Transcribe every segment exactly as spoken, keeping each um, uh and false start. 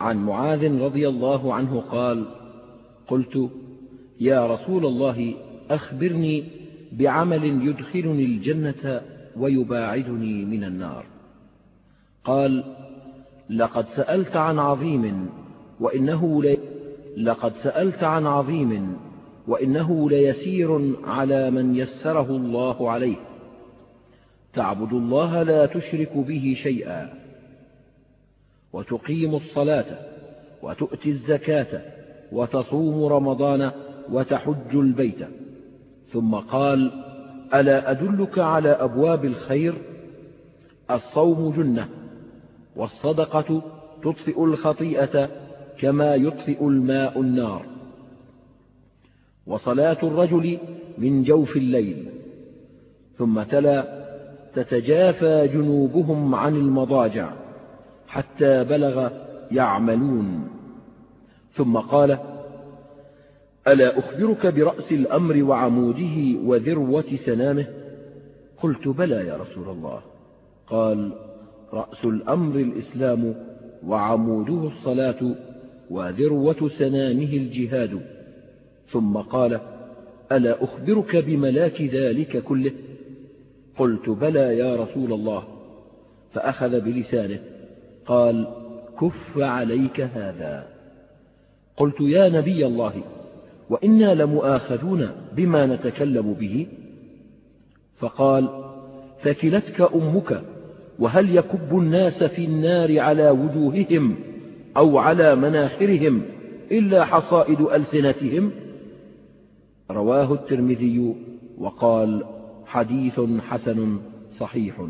عن معاذ رضي الله عنه قال: قلت: يا رسول الله، أخبرني بعمل يدخلني الجنة ويباعدني من النار. قال: لقد سألت عن عظيم وإنه, لي لقد سألت عن عظيم وإنه ليسير على من يسره الله عليه: تعبد الله لا تشرك به شيئا، وتقيم الصلاة، وتؤتي الزكاة، وتصوم رمضان، وتحج البيت. ثم قال: ألا أدلك على أبواب الخير؟ الصوم جنة، والصدقة تطفئ الخطيئة كما يطفئ الماء النار، وصلاة الرجل من جوف الليل. ثم تلا: تتجافى جنوبهم عن المضاجع حتى بلغ يعملون. ثم قال: ألا أخبرك برأس الأمر وعموده وذروة سنامه؟ قلت: بلى يا رسول الله. قال: رأس الأمر الإسلام، وعموده الصلاة، وذروة سنامه الجهاد. ثم قال: ألا أخبرك بملاك ذلك كله؟ قلت: بلى يا رسول الله. فأخذ بلسانه قال: كف عليك هذا. قلت: يا نبي الله، وإنا لمؤاخذون بما نتكلم به؟ فقال: ثكلتك أمك، وهل يكب الناس في النار على وجوههم أو على مناخرهم إلا حصائد ألسنتهم؟ رواه الترمذي وقال: حديث حسن صحيح.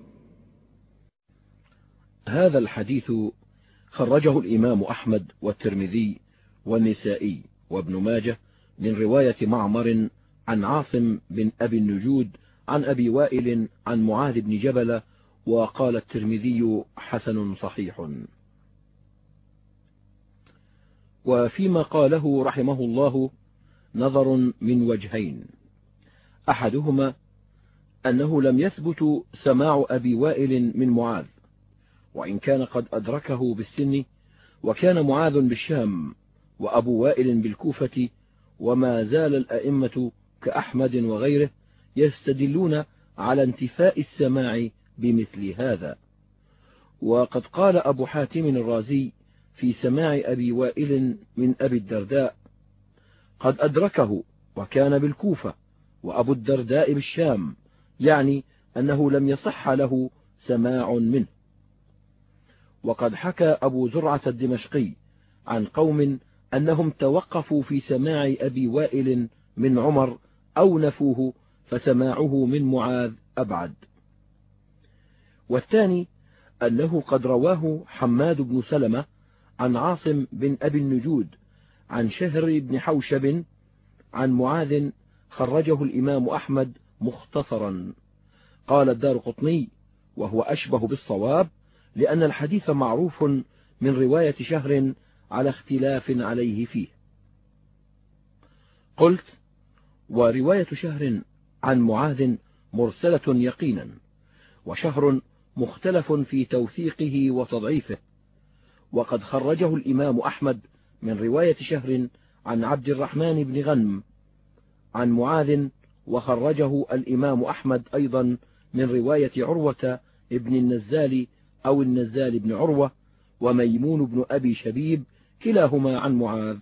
هذا الحديث خرجه الإمام أحمد والترمذي والنسائي وابن ماجه من رواية معمر عن عاصم بن أبي النجود عن أبي وائل عن معاذ بن جبل، وقال الترمذي: حسن صحيح. وفيما قاله رحمه الله نظر من وجهين: أحدهما أنه لم يثبت سماع أبي وائل من معاذ، وإن كان قد أدركه بالسن، وكان معاذ بالشام وأبو وائل بالكوفة، وما زال الأئمة كأحمد وغيره يستدلون على انتفاء السماع بمثل هذا. وقد قال أبو حاتم الرازي في سماع أبي وائل من أبي الدرداء: قد أدركه وكان بالكوفة، وأبو الدرداء بالشام، يعني أنه لم يصح له سماع منه. وقد حكى أبو زرعة الدمشقي عن قوم أنهم توقفوا في سماع أبي وائل من عمر أو نفوه، فسماعه من معاذ أبعد. والثاني أنه قد رواه حماد بن سلمة عن عاصم بن أبي النجود عن شهر بن حوشب عن معاذ، خرجه الإمام أحمد مختصرا. قال الدارقطني: وهو أشبه بالصواب، لأن الحديث معروف من رواية شهر على اختلاف عليه فيه. قلت: ورواية شهر عن معاذ مرسلة يقينا، وشهر مختلف في توثيقه وتضعيفه، وقد خرجه الإمام أحمد من رواية شهر عن عبد الرحمن بن غنم عن معاذ، وخرجه الإمام أحمد أيضا من رواية عروة ابن النزال أو النزال بن عروة وميمون بن أبي شبيب كلاهما عن معاذ،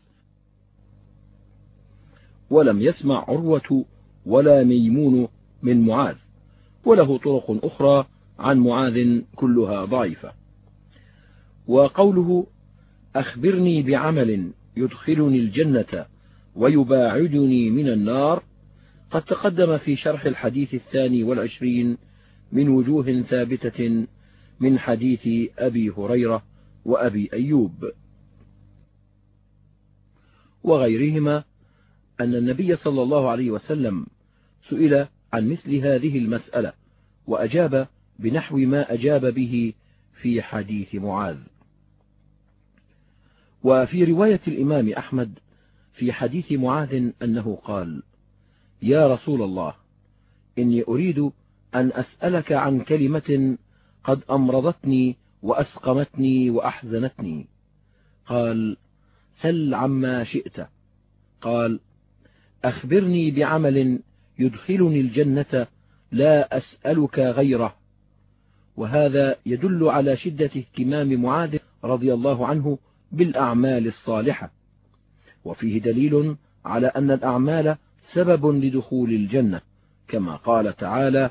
ولم يسمع عروة ولا ميمون من معاذ، وله طرق أخرى عن معاذ كلها ضعيفة. وقوله: أخبرني بعمل يدخلني الجنة ويباعدني من النار، قد تقدم في شرح الحديث الثاني والعشرين من وجوه ثابتة من حديث أبي هريرة وأبي أيوب وغيرهما، أن النبي صلى الله عليه وسلم سئل عن مثل هذه المسألة، وأجاب بنحو ما أجاب به في حديث معاذ. وفي رواية الإمام أحمد في حديث معاذ أنه قال: يا رسول الله، إني أريد أن أسألك عن كلمة قد أمرضتني وأسقمتني وأحزنتني. قال: سل عما شئت. قال: أخبرني بعمل يدخلني الجنة لا أسألك غيره. وهذا يدل على شدة اهتمام معاذ رضي الله عنه بالأعمال الصالحة، وفيه دليل على أن الأعمال سبب لدخول الجنة، كما قال تعالى: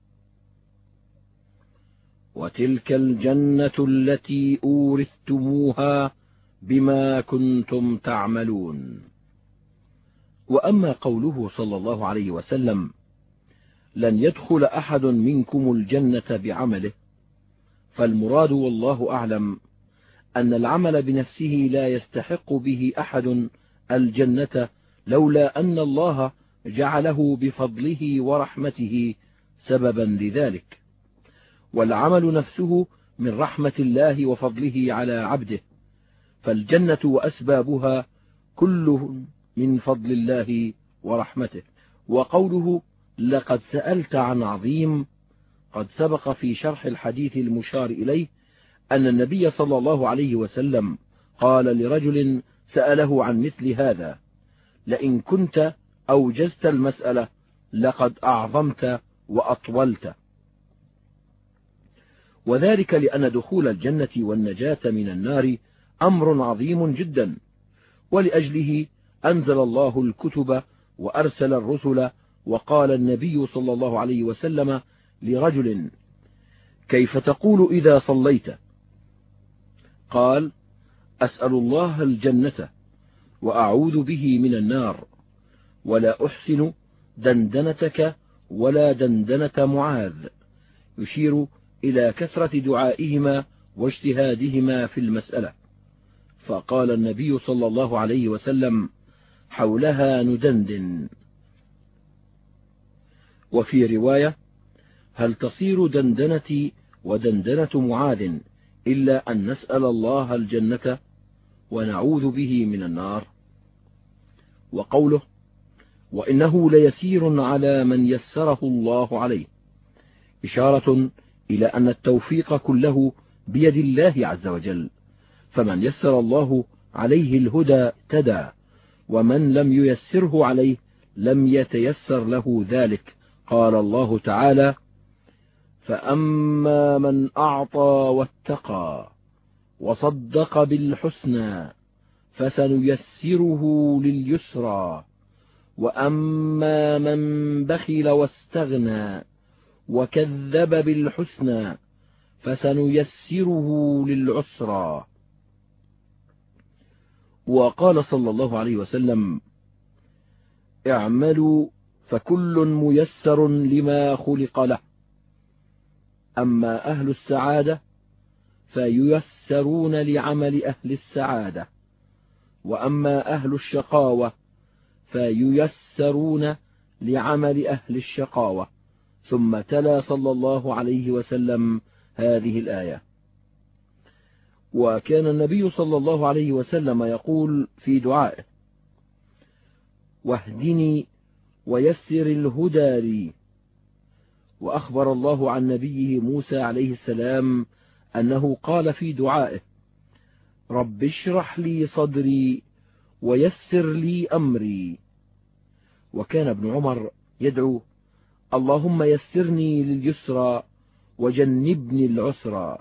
وتلك الجنة التي أورثتموها بما كنتم تعملون. وأما قوله صلى الله عليه وسلم: لن يدخل أحد منكم الجنة بعمله، فالمراد والله أعلم أن العمل بنفسه لا يستحق به أحد الجنة لولا أن الله جعله بفضله ورحمته سببا لذلك، والعمل نفسه من رحمة الله وفضله على عبده، فالجنة وأسبابها كله من فضل الله ورحمته. وقوله: لقد سألت عن عظيم، قد سبق في شرح الحديث المشار إليه أن النبي صلى الله عليه وسلم قال لرجل سأله عن مثل هذا: لئن كنت أوجزت المسألة لقد أعظمت وأطولت. وذلك لأن دخول الجنة والنجاة من النار أمر عظيم جدا، ولأجله أنزل الله الكتب وأرسل الرسل. وقال النبي صلى الله عليه وسلم لرجل: كيف تقول إذا صليت؟ قال: أسأل الله الجنة وأعوذ به من النار، ولا أحسن دندنتك ولا دندنة معاذ، يشير إلى كثرة دعائهما واجتهادهما في المسألة. فقال النبي صلى الله عليه وسلم: حولها ندندن. وفي رواية: هل تصير دندنتي ودندنة معاذ إلا أن نسأل الله الجنة ونعوذ به من النار. وقوله: وإنه ليسير على من يسره الله عليه، إشارة إلى أن التوفيق كله بيد الله عز وجل، فمن يسر الله عليه الهدى اهتدى، ومن لم ييسره عليه لم يتيسر له ذلك. قال الله تعالى: فأما من أعطى واتقى وصدق بالحسنى فسنيسره لليسرى، وأما من بخل واستغنى وكذب بالحسنى فسنيسره للعسرى. وقال صلى الله عليه وسلم: اعملوا فكل ميسر لما خلق له، أما أهل السعادة فييسرون لعمل أهل السعادة، وأما أهل الشقاوة فييسرون لعمل أهل الشقاوة. ثم تلا صلى الله عليه وسلم هذه الآية. وكان النبي صلى الله عليه وسلم يقول في دعائه: واهدني ويسر الهدى لي. وأخبر الله عن نبيه موسى عليه السلام أنه قال في دعائه: رب اشرح لي صدري ويسر لي أمري. وكان ابن عمر يدعو: اللهم يسرني لليسرى وجنبني العسرى.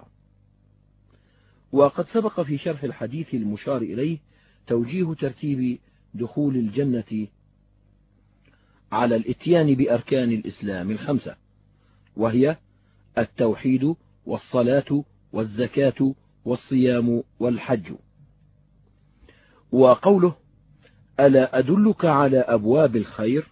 وقد سبق في شرح الحديث المشار إليه توجيه ترتيب دخول الجنة على الإتيان بأركان الإسلام الخمسة، وهي التوحيد والصلاة والزكاة والصيام والحج. وقوله: ألا أدلك على أبواب الخير،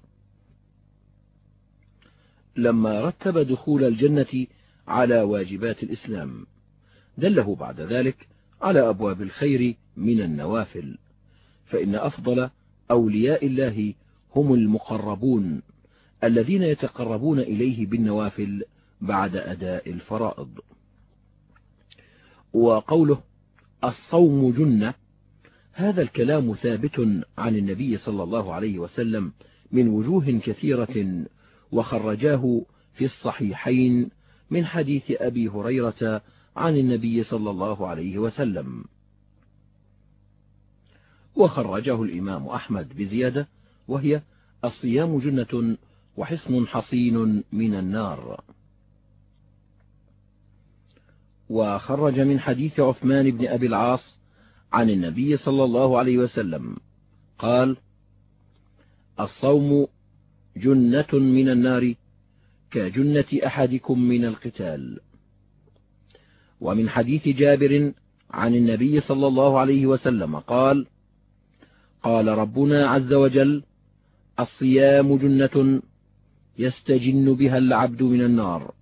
لما رتب دخول الجنة على واجبات الإسلام دله بعد ذلك على أبواب الخير من النوافل، فإن أفضل أولياء الله هم المقربون الذين يتقربون إليه بالنوافل بعد أداء الفرائض. وقوله: الصوم جنة، هذا الكلام ثابت عن النبي صلى الله عليه وسلم من وجوه كثيرة، وخرجاه في الصحيحين من حديث أبي هريرة عن النبي صلى الله عليه وسلم. وخرجه الإمام أحمد بزيادة وهي الصيام جنة وحصن حصين من النار. وخرج من حديث عثمان بن أبي العاص عن النبي صلى الله عليه وسلم قال: الصوم جنة من النار كجنة أحدكم من القتال. ومن حديث جابر عن النبي صلى الله عليه وسلم قال: قال ربنا عز وجل: الصيام جنة يستجن بها العبد من النار.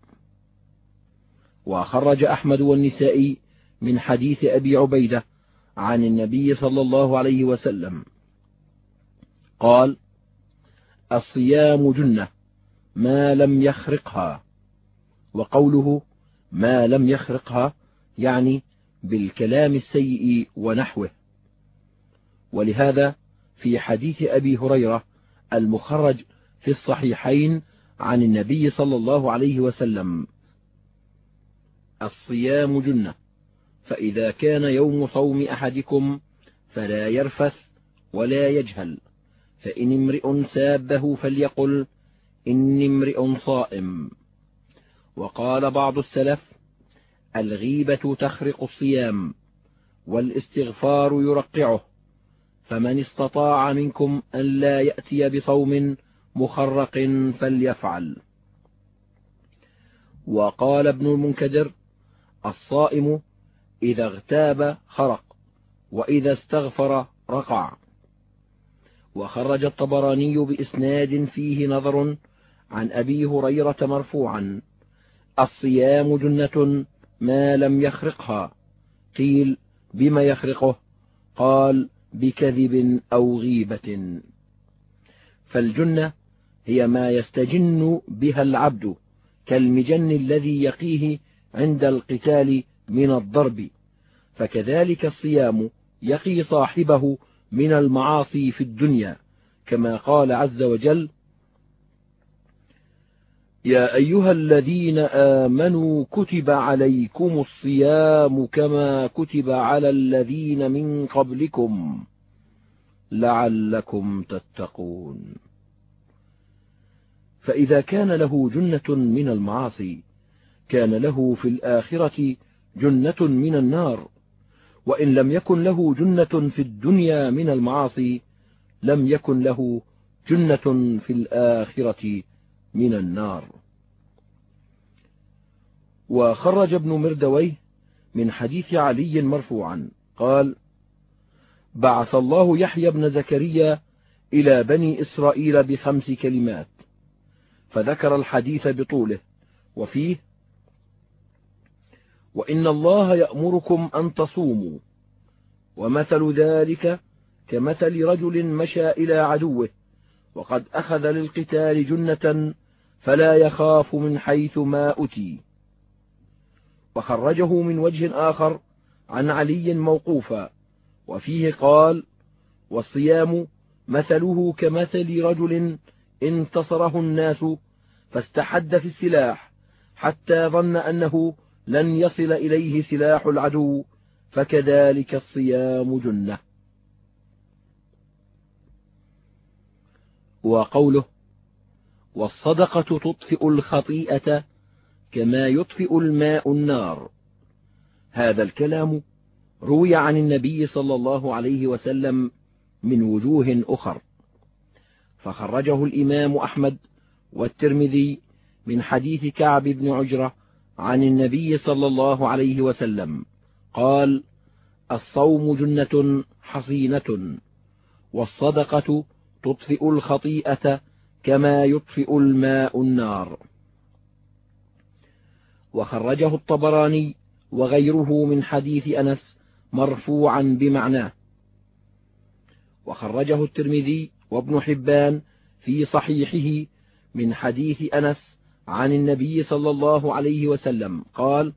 وخرج أحمد والنسائي من حديث أبي عبيدة عن النبي صلى الله عليه وسلم قال: الصيام جنة ما لم يخرقها. وقوله ما لم يخرقها يعني بالكلام السيء ونحوه. ولهذا في حديث أبي هريرة المخرج في الصحيحين عن النبي صلى الله عليه وسلم: الصيام جنة، فإذا كان يوم صوم أحدكم فلا يرفث ولا يجهل، فإن امرئ سابه فليقل إني امرئ صائم. وقال بعض السلف: الغيبة تخرق الصيام والاستغفار يرقعه، فمن استطاع منكم أن لا يأتي بصوم مخرق فليفعل. وقال ابن المنكدر: الصائم إذا اغتاب خرق، وإذا استغفر رقع. وخرج الطبراني بإسناد فيه نظر عن أبي هريرة مرفوعا: الصيام جنة ما لم يخرقها. قيل: بما يخرقه؟ قال: بكذب أو غيبة. فالجنة هي ما يستجن بها العبد كالمجن الذي يقيه عند القتال من الضرب، فكذلك الصيام يقي صاحبه من المعاصي في الدنيا، كما قال عز وجل: يا أيها الذين آمنوا كتب عليكم الصيام كما كتب على الذين من قبلكم لعلكم تتقون. فإذا كان له جنة من المعاصي كان له في الآخرة جنة من النار، وإن لم يكن له جنة في الدنيا من المعاصي لم يكن له جنة في الآخرة من النار. وخرج ابن مردويه من حديث علي مرفوعا قال: بعث الله يحيى بن زكريا إلى بني إسرائيل بخمس كلمات، فذكر الحديث بطوله، وفيه: وإن الله يأمركم أن تصوموا، ومثل ذلك كمثل رجل مشى إلى عدوه وقد أخذ للقتال جنة فلا يخاف من حيث ما أتي. وخرجه من وجه آخر عن علي موقوفا، وفيه قال: والصيام مثله كمثل رجل انتصره الناس فاستحد في السلاح حتى ظن أنه لن يصل إليه سلاح العدو، فكذلك الصيام جنة. وقوله: والصدقة تطفئ الخطيئة كما يطفئ الماء النار، هذا الكلام روي عن النبي صلى الله عليه وسلم من وجوه أخر، فخرجه الإمام أحمد والترمذي من حديث كعب بن عجرة عن النبي صلى الله عليه وسلم قال: الصوم جنة حصينة، والصدقة تطفئ الخطيئة كما يطفئ الماء النار. وخرجه الطبراني وغيره من حديث أنس مرفوعا بمعناه. وخرجه الترمذي وابن حبان في صحيحه من حديث أنس عن النبي صلى الله عليه وسلم قال: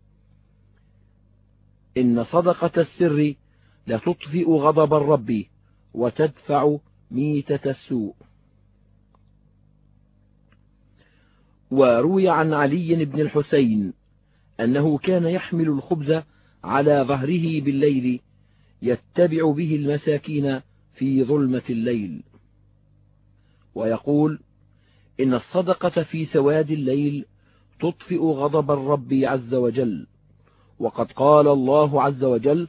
إن صدقة السر لتطفئ غضب الرب وتدفع ميتة السوء. وروي عن علي بن الحسين أنه كان يحمل الخبز على ظهره بالليل يتبع به المساكين في ظلمة الليل. ويقول إن الصدقة في سواد الليل تطفئ غضب الرب عز وجل، وقد قال الله عز وجل: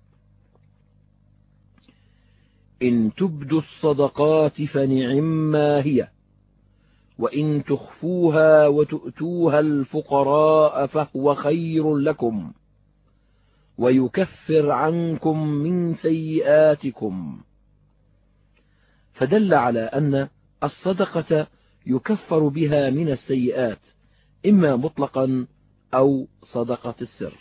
إن تبدوا الصدقات فنعما هي، وإن تخفوها وتؤتوها الفقراء فهو خير لكم، ويكفر عنكم من سيئاتكم. فدل على أن الصدقة يكفر بها من السيئات، إما مطلقا أو صدقة السر.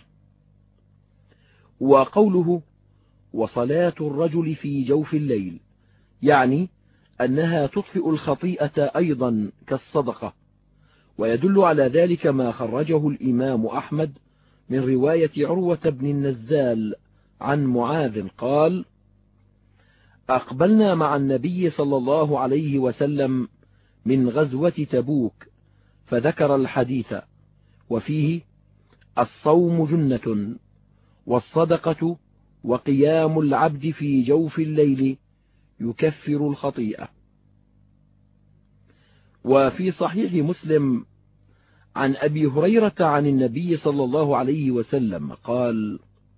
وقوله وصلاة الرجل في جوف الليل يعني أنها تطفئ الخطيئة أيضا كالصدقة. ويدل على ذلك ما خرجه الإمام أحمد من رواية عروة بن النزال عن معاذ قال: أقبلنا مع النبي صلى الله عليه وسلم من غزوة تبوك، فذكر الحديث، وفيه: الصوم جنة، والصدقة وقيام العبد في جوف الليل يكفر الخطيئة. وفي صحيح مسلم عن أبي هريرة عن النبي صلى الله عليه وسلم قال: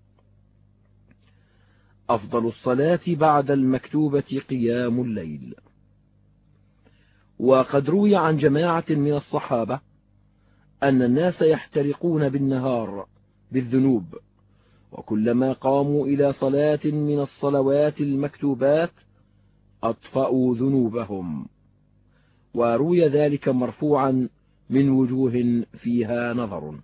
أفضل الصلاة بعد المكتوبة قيام الليل. وقد روي عن جماعة من الصحابة أن الناس يحترقون بالنهار بالذنوب، وكلما قاموا إلى صلاة من الصلوات المكتوبات أطفأوا ذنوبهم. وروي ذلك مرفوعا من وجوه فيها نظر.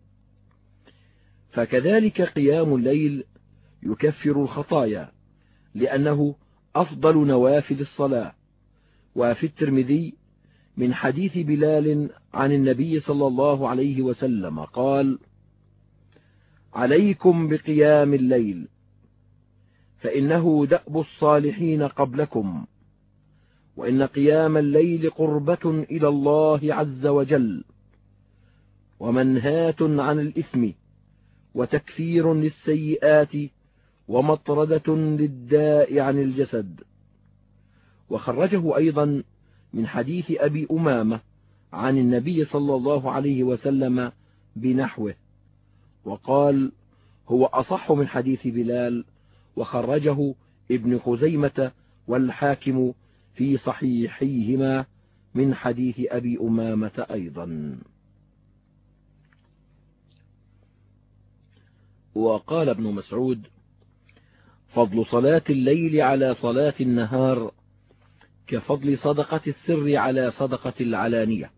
فكذلك قيام الليل يكفر الخطايا، لأنه أفضل نوافل الصلاة. وفي الترمذي من حديث بلال عن النبي صلى الله عليه وسلم قال: عليكم بقيام الليل، فإنه دأب الصالحين قبلكم، وإن قيام الليل قربة إلى الله عز وجل، ومنهاة عن الإثم، وتكفير للسيئات، ومطردة للداء عن الجسد. وخرجه أيضا من حديث أبي أمامة عن النبي صلى الله عليه وسلم بنحوه، وقال: هو أصح من حديث بلال. وخرجه ابن خزيمة والحاكم في صحيحيهما من حديث أبي أمامة أيضا. وقال ابن مسعود: فضل صلاة الليل على صلاة النهار كفضل صدقة السر على صدقة العلانية.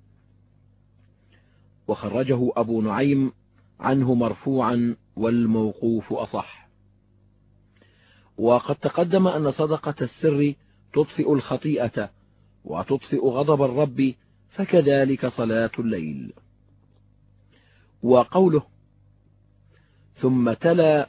وخرجه أبو نعيم عنه مرفوعا، والموقوف أصح. وقد تقدم أن صدقة السر تطفئ الخطيئة وتطفئ غضب الرب، فكذلك صلاة الليل. وقوله ثم تلا: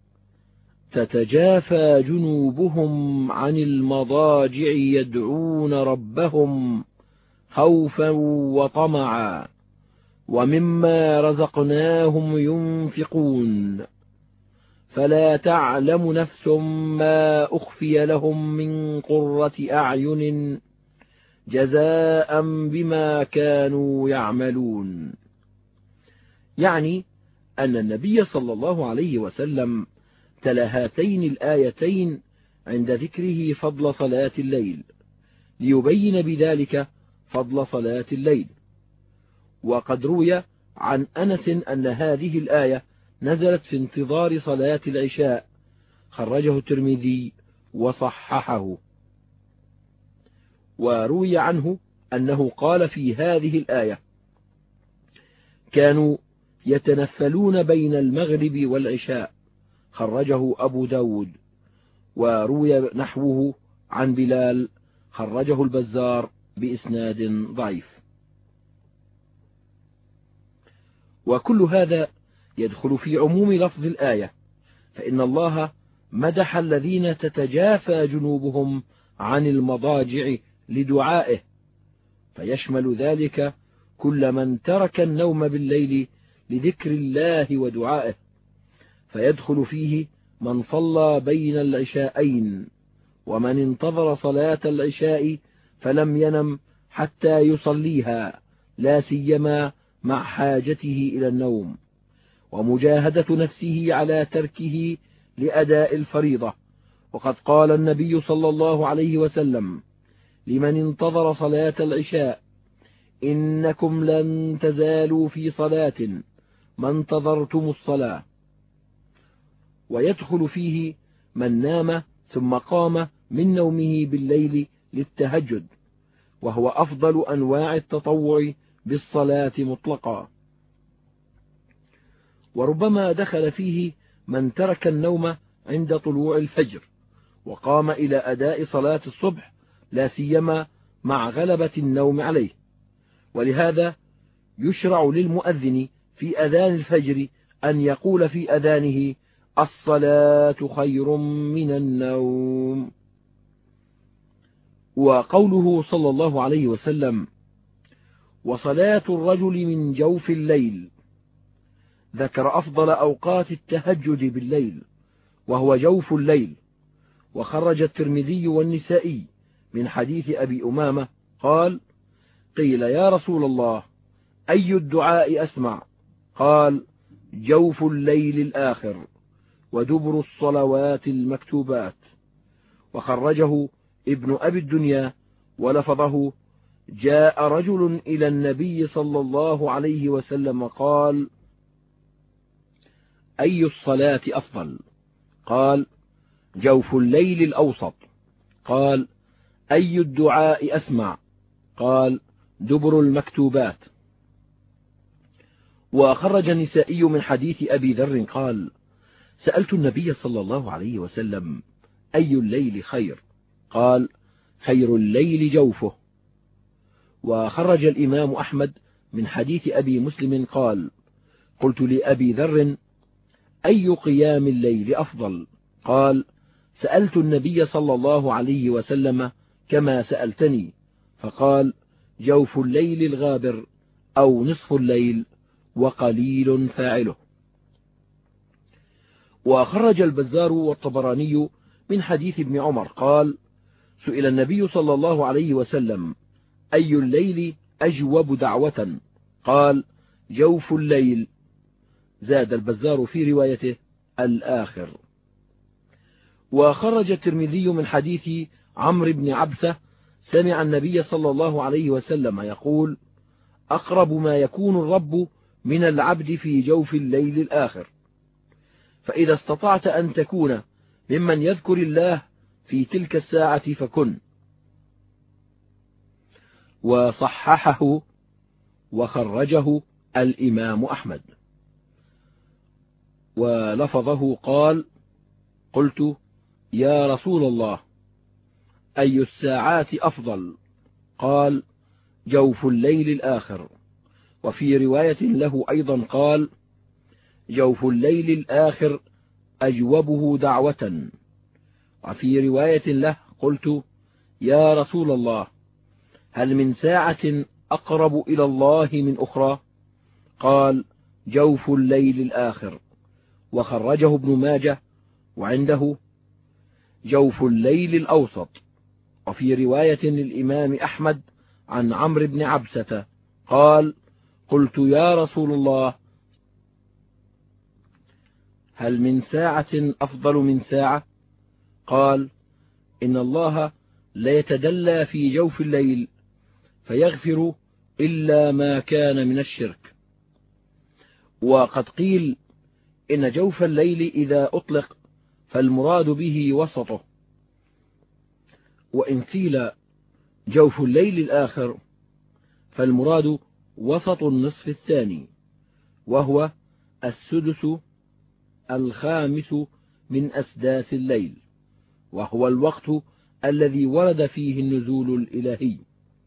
تتجافى جنوبهم عن المضاجع يدعون ربهم خوفا وطمعا ومما رزقناهم ينفقون فلا تعلم نفس ما أخفي لهم من قرة أعين جزاء بما كانوا يعملون. يعني أن النبي صلى الله عليه وسلم تلا هاتين الآيتين عند ذكره فضل صلاة الليل، ليبين بذلك فضل صلاة الليل. وقد روي عن أنس أن هذه الآية نزلت في انتظار صلاة العشاء، خرجه الترمذي وصححه. وروي عنه أنه قال في هذه الآية: كانوا يتنفلون بين المغرب والعشاء، خرجه أبو داود. وروي نحوه عن بلال، خرجه البزار بإسناد ضعيف. وكل هذا يدخل في عموم لفظ الآية، فإن الله مدح الذين تتجافى جنوبهم عن المضاجع لدعائه، فيشمل ذلك كل من ترك النوم بالليل لذكر الله ودعائه، فيدخل فيه من صلى بين العشاءين ومن انتظر صلاة العشاء فلم ينم حتى يصليها، لا سيما مع حاجته إلى النوم، ومجاهدة نفسه على تركه لأداء الفريضة. وقد قال النبي صلى الله عليه وسلم لمن انتظر صلاة العشاء: إنكم لن تزالوا في صلاة ما انتظرتم الصلاة. ويدخل فيه من نام ثم قام من نومه بالليل للتهجد، وهو أفضل أنواع التطوع بالصلاة مطلقا. وربما دخل فيه من ترك النوم عند طلوع الفجر وقام إلى أداء صلاة الصبح، لا سيما مع غلبة النوم عليه. ولهذا يشرع للمؤذن في أذان الفجر أن يقول في أذانه: الصلاة خير من النوم. وقوله صلى الله عليه وسلم: وصلاة الرجل من جوف الليل، ذكر أفضل أوقات التهجد بالليل وهو جوف الليل. وخرج الترمذي والنسائي من حديث أبي أمامة قال: قيل يا رسول الله أي الدعاء أسمع؟ قال: جوف الليل الآخر ودبر الصلوات المكتوبات. وخرجه ابن أبي الدنيا ولفظه: جاء رجل إلى النبي صلى الله عليه وسلم قال: أي الصلاة أفضل؟ قال: جوف الليل الأوسط. قال: أي الدعاء أسمع؟ قال: دبر المكتوبات. وخرج النسائي من حديث أبي ذر قال: سألت النبي صلى الله عليه وسلم: أي الليل خير؟ قال: خير الليل جوفه. وخرج الإمام أحمد من حديث أبي مسلم قال: قلت لأبي ذر: أي قيام الليل أفضل؟ قال: سألت النبي صلى الله عليه وسلم كما سألتني، فقال: جوف الليل الغابر أو نصف الليل وقليل فاعله. وخرج البزار والطبراني من حديث ابن عمر قال: سئل النبي صلى الله عليه وسلم: أي الليل أجوب دعوة؟ قال: جوف الليل. زاد البزار في روايته: الآخر. وخرج الترمذي من حديث عمرو بن عبسة سمع النبي صلى الله عليه وسلم يقول: أقرب ما يكون الرب من العبد في جوف الليل الآخر، فإذا استطعت أن تكون ممن يذكر الله في تلك الساعة فكن. وصححه وخرجه الإمام أحمد. ولفظه قال: قلت يا رسول الله أي الساعات أفضل؟ قال: جوف الليل الآخر. وفي رواية له أيضا قال: جوف الليل الآخر أجوبه دعوة. وفي رواية له قلت يا رسول الله هل من ساعة أقرب إلى الله من أخرى؟ قال: جوف الليل الآخر. وخرجه ابن ماجه وعنده جوف الليل الأوسط. وفي رواية للإمام أحمد عن عمرو بن عبسة قال: قلت يا رسول الله هل من ساعة أفضل من ساعة؟ قال: إن الله ليتدلى في جوف الليل فيغفر إلا ما كان من الشرك. وقد قيل إن جوف الليل إذا أطلق فالمراد به وسطه، وإن قيل جوف الليل الآخر فالمراد وسط النصف الثاني، وهو السدس الخامس من أسداس الليل، وهو الوقت الذي ورد فيه النزول الإلهي.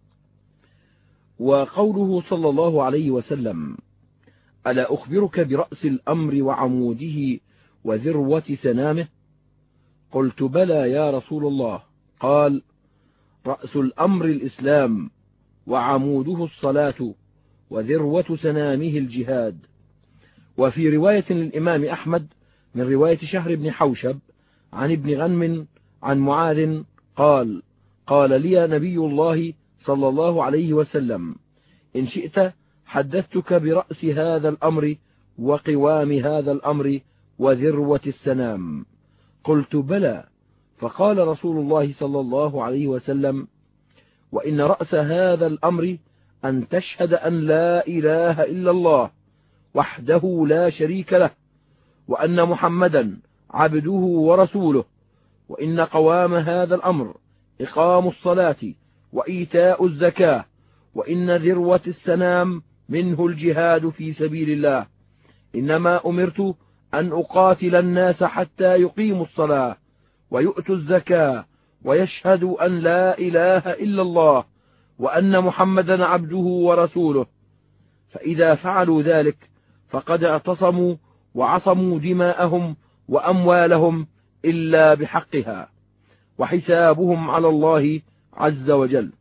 وقوله صلى الله عليه وسلم: ألا أخبرك برأس الأمر وعموده وذروة سنامه؟ قلت بلى يا رسول الله. قال: رأس الأمر الإسلام، وعموده الصلاة، وذروة سنامه الجهاد. وفي رواية للإمام أحمد من رواية شهر بن حوشب عن ابن غنم عن معاذ قال قال لي نبي الله صلى الله عليه وسلم إن شئت حدثتك برأس هذا الأمر وقوام هذا الأمر وذروة السنام. قلت بلى. فقال رسول الله صلى الله عليه وسلم وإن رأس هذا الأمر أن تشهد أن لا إله إلا الله وحده لا شريك له وأن محمدا عبده ورسوله، وإن قوام هذا الأمر إقام الصلاة وإيتاء الزكاة، وإن ذروة السنام منه الجهاد في سبيل الله. إنما أمرت أن أقاتل الناس حتى يقيموا الصلاة ويؤتوا الزكاة ويشهدوا أن لا إله إلا الله وأن محمدا عبده ورسوله، فإذا فعلوا ذلك فقد اعتصموا وعصموا دماءهم وأموالهم إلا بحقها، وحسابهم على الله عز وجل.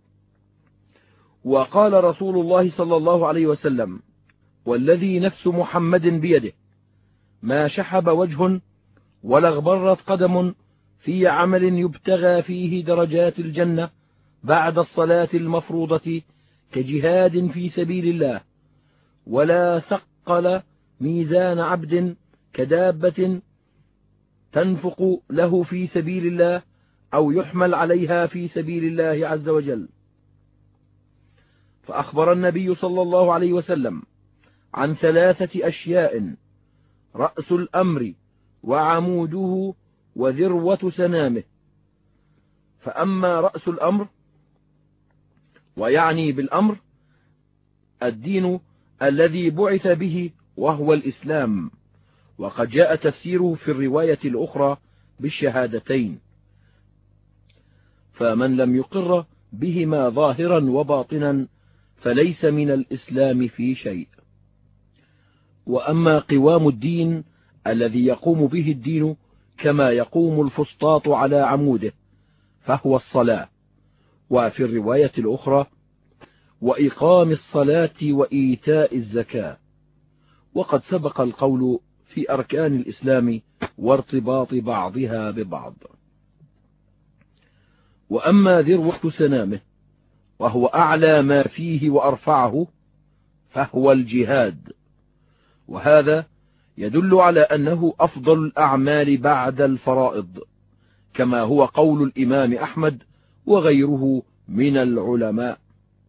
وقال رسول الله صلى الله عليه وسلم والذي نفس محمد بيده ما شحب وجه ولا اغبرت قدم في عمل يبتغى فيه درجات الجنة بعد الصلاة المفروضة كجهاد في سبيل الله، ولا ثقل ميزان عبد كدابة تنفق له في سبيل الله أو يحمل عليها في سبيل الله عز وجل. فأخبر النبي صلى الله عليه وسلم عن ثلاثة أشياء: رأس الأمر وعموده وذروة سنامه. فأما رأس الأمر، ويعني بالأمر الدين الذي بعث به وهو الإسلام، وقد جاء تفسيره في الرواية الأخرى بالشهادتين، فمن لم يقر بهما ظاهرا وباطنا فليس من الإسلام في شيء. وأما قوام الدين الذي يقوم به الدين كما يقوم الفسطاط على عموده فهو الصلاة، وفي الرواية الأخرى وإقام الصلاة وإيتاء الزكاة. وقد سبق القول في أركان الإسلام وارتباط بعضها ببعض. وأما ذروة سنامه وهو أعلى ما فيه وأرفعه فهو الجهاد، وهذا يدل على أنه أفضل الأعمال بعد الفرائض، كما هو قول الإمام أحمد وغيره من العلماء.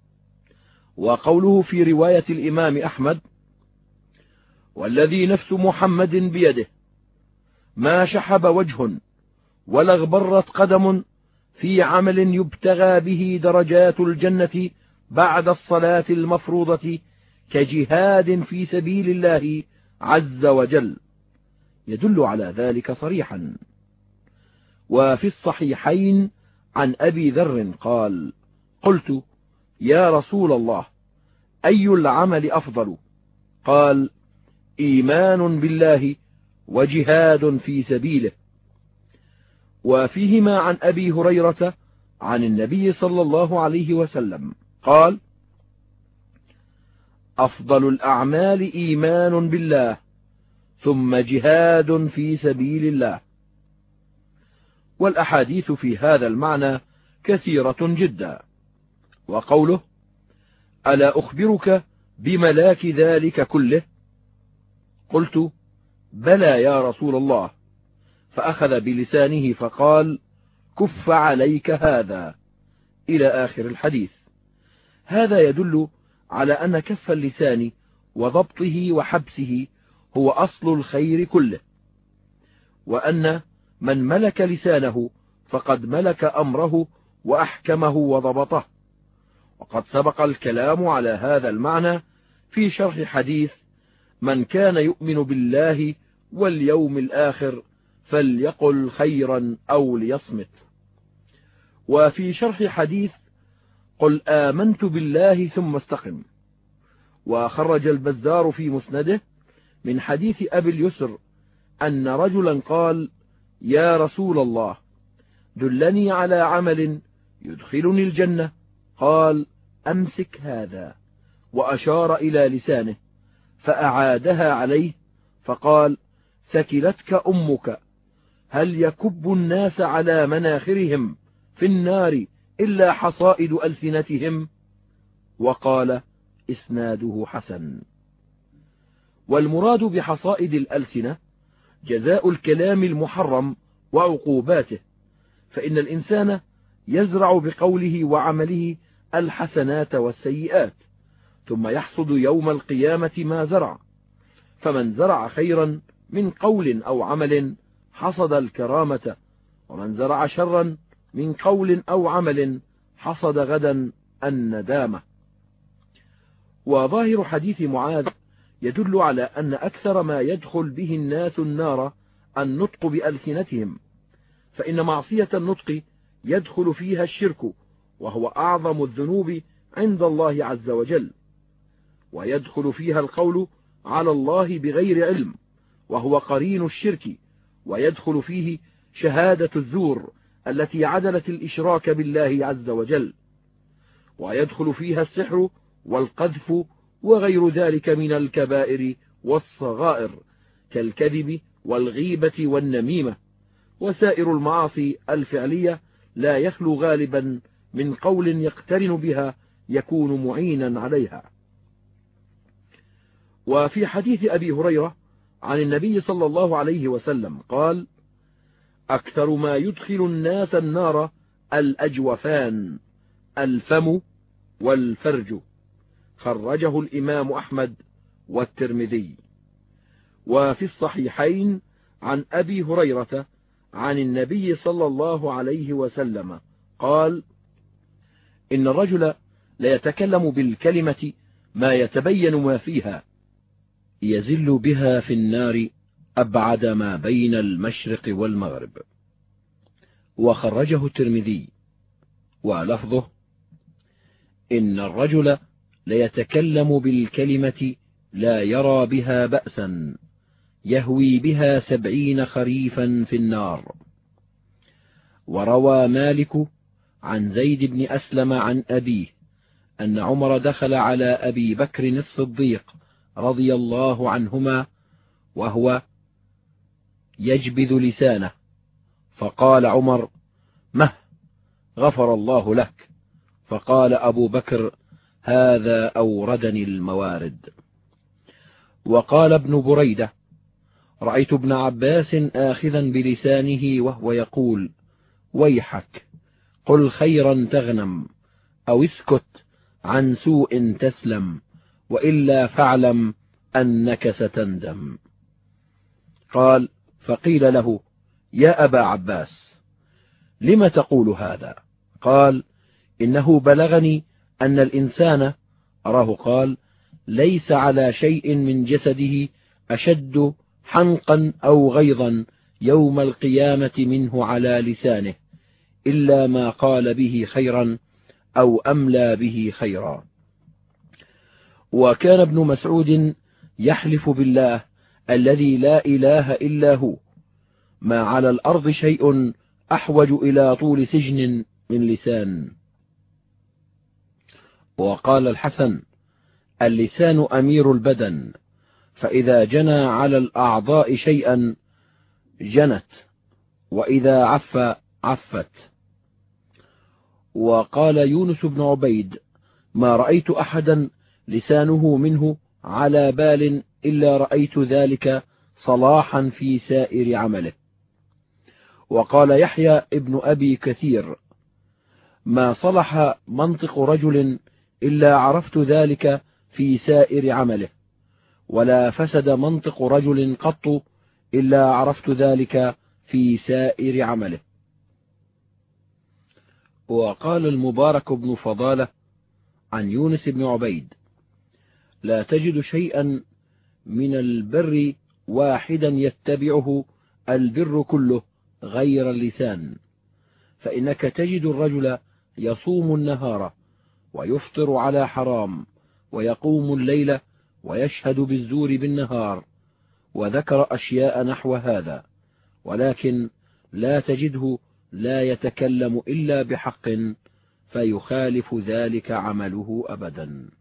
وقوله في رواية الإمام أحمد والذي نفس محمد بيده ما شحب وجه ولا اغبرت قدم في عمل يبتغى به درجات الجنة بعد الصلاة المفروضة كجهاد في سبيل الله عز وجل، يدل على ذلك صريحا. وفي الصحيحين عن أبي ذر قال قلت يا رسول الله أي العمل أفضل؟ قال إيمان بالله وجهاد في سبيله. وفيهما عن أبي هريرة عن النبي صلى الله عليه وسلم قال أفضل الأعمال إيمان بالله ثم جهاد في سبيل الله. والأحاديث في هذا المعنى كثيرة جدا. وقوله ألا أخبرك بملاك ذلك كله؟ قلت بلى يا رسول الله، فأخذ بلسانه فقال كف عليك هذا إلى آخر الحديث. هذا يدل على أن كف اللسان وضبطه وحبسه هو أصل الخير كله، وأن من ملك لسانه فقد ملك أمره وأحكمه وضبطه. وقد سبق الكلام على هذا المعنى في شرح حديث من كان يؤمن بالله واليوم الآخر فليقل خيرا أو ليصمت. وفي شرح حديث قل آمنت بالله ثم استقم. وخرج البزار في مسنده من حديث أبي اليسر أن رجلا قال يا رسول الله دلني على عمل يدخلني الجنة. قال أمسك هذا، وأشار إلى لسانه فأعادها عليه فقال ثكلتك أمك، هل يكب الناس على مناخرهم في النار إلا حصائد ألسنتهم؟ وقال إسناده حسن. والمراد بحصائد الألسنة جزاء الكلام المحرم وعقوباته، فإن الإنسان يزرع بقوله وعمله الحسنات والسيئات، ثم يحصد يوم القيامة ما زرع، فمن زرع خيرا من قول أو عمل حصد الكرامة، ومن زرع شرا من قول أو عمل حصد غدا الندامة. وظاهر حديث معاذ يدل على أن أكثر ما يدخل به الناس النار النطق بألسنتهم، فإن معصية النطق يدخل فيها الشرك، وهو أعظم الذنوب عند الله عز وجل، ويدخل فيها القول على الله بغير علم، وهو قرين الشرك، ويدخل فيه شهادة الزور التي عدلت الإشراك بالله عز وجل، ويدخل فيها السحر والقذف وغير ذلك من الكبائر والصغائر كالكذب والغيبة والنميمة. وسائر المعاصي الفعلية لا يخلو غالبا من قول يقترن بها يكون معينا عليها. وفي حديث أبي هريرة عن النبي صلى الله عليه وسلم قال: أكثر ما يدخل الناس النار الأجوفان، الفم والفرج. خرجه الإمام أحمد والترمذي. وفي الصحيحين عن أبي هريرة عن النبي صلى الله عليه وسلم قال: إن الرجل ليتكلم بالكلمة ما يتبين ما فيها، يزل بها في النار أبعد ما بين المشرق والمغرب. وخرجه الترمذي. ولفظه: إن الرجل ليتكلم بالكلمة لا يرى بها بأسا، يهوي بها سبعين خريفا في النار. وروى مالك عن زيد بن أسلم عن أبيه أن عمر دخل على أبي بكر الصديق رضي الله عنهما وهو يجبذ لسانه، فقال عمر: مه، غفر الله لك. فقال أبو بكر: هذا أوردني الموارد. وقال ابن بريدة: رأيت ابن عباس آخذا بلسانه وهو يقول: ويحك، قل خيرا تغنم، أو اسكت عن سوء تسلم، وإلا فاعلم أنك ستندم. قال: فقيل له: يا أبا عباس، لم تقول هذا؟ قال: إنه بلغني أن الإنسان، أراه قال، ليس على شيء من جسده أشد حنقا أو غيظا يوم القيامة منه على لسانه، إلا ما قال به خيرا أو أملى به خيرا. وكان ابن مسعود يحلف بالله الذي لا إله إلا هو: ما على الأرض شيء أحوج إلى طول سجن من لسان. وقال الحسن: اللسان أمير البدن، فإذا جنى على الأعضاء شيئا جنت، وإذا عف عفت. وقال يونس بن عبيد: ما رأيت أحدا لسانه منه على بال إلا رأيت ذلك صلاحا في سائر عمله. وقال يحيى ابن أبي كثير: ما صلح منطق رجل إلا عرفت ذلك في سائر عمله، ولا فسد منطق رجل قط إلا عرفت ذلك في سائر عمله. وقال المبارك بن فضالة عن يونس بن عبيد: لا تجد شيئا من البر واحدا يتبعه البر كله غير اللسان، فإنك تجد الرجل يصوم النهار ويفطر على حرام، ويقوم الليل ويشهد بالزور بالنهار، وذكر أشياء نحو هذا، ولكن لا تجده لا يتكلم إلا بحق، فيخالف ذلك عمله أبدا.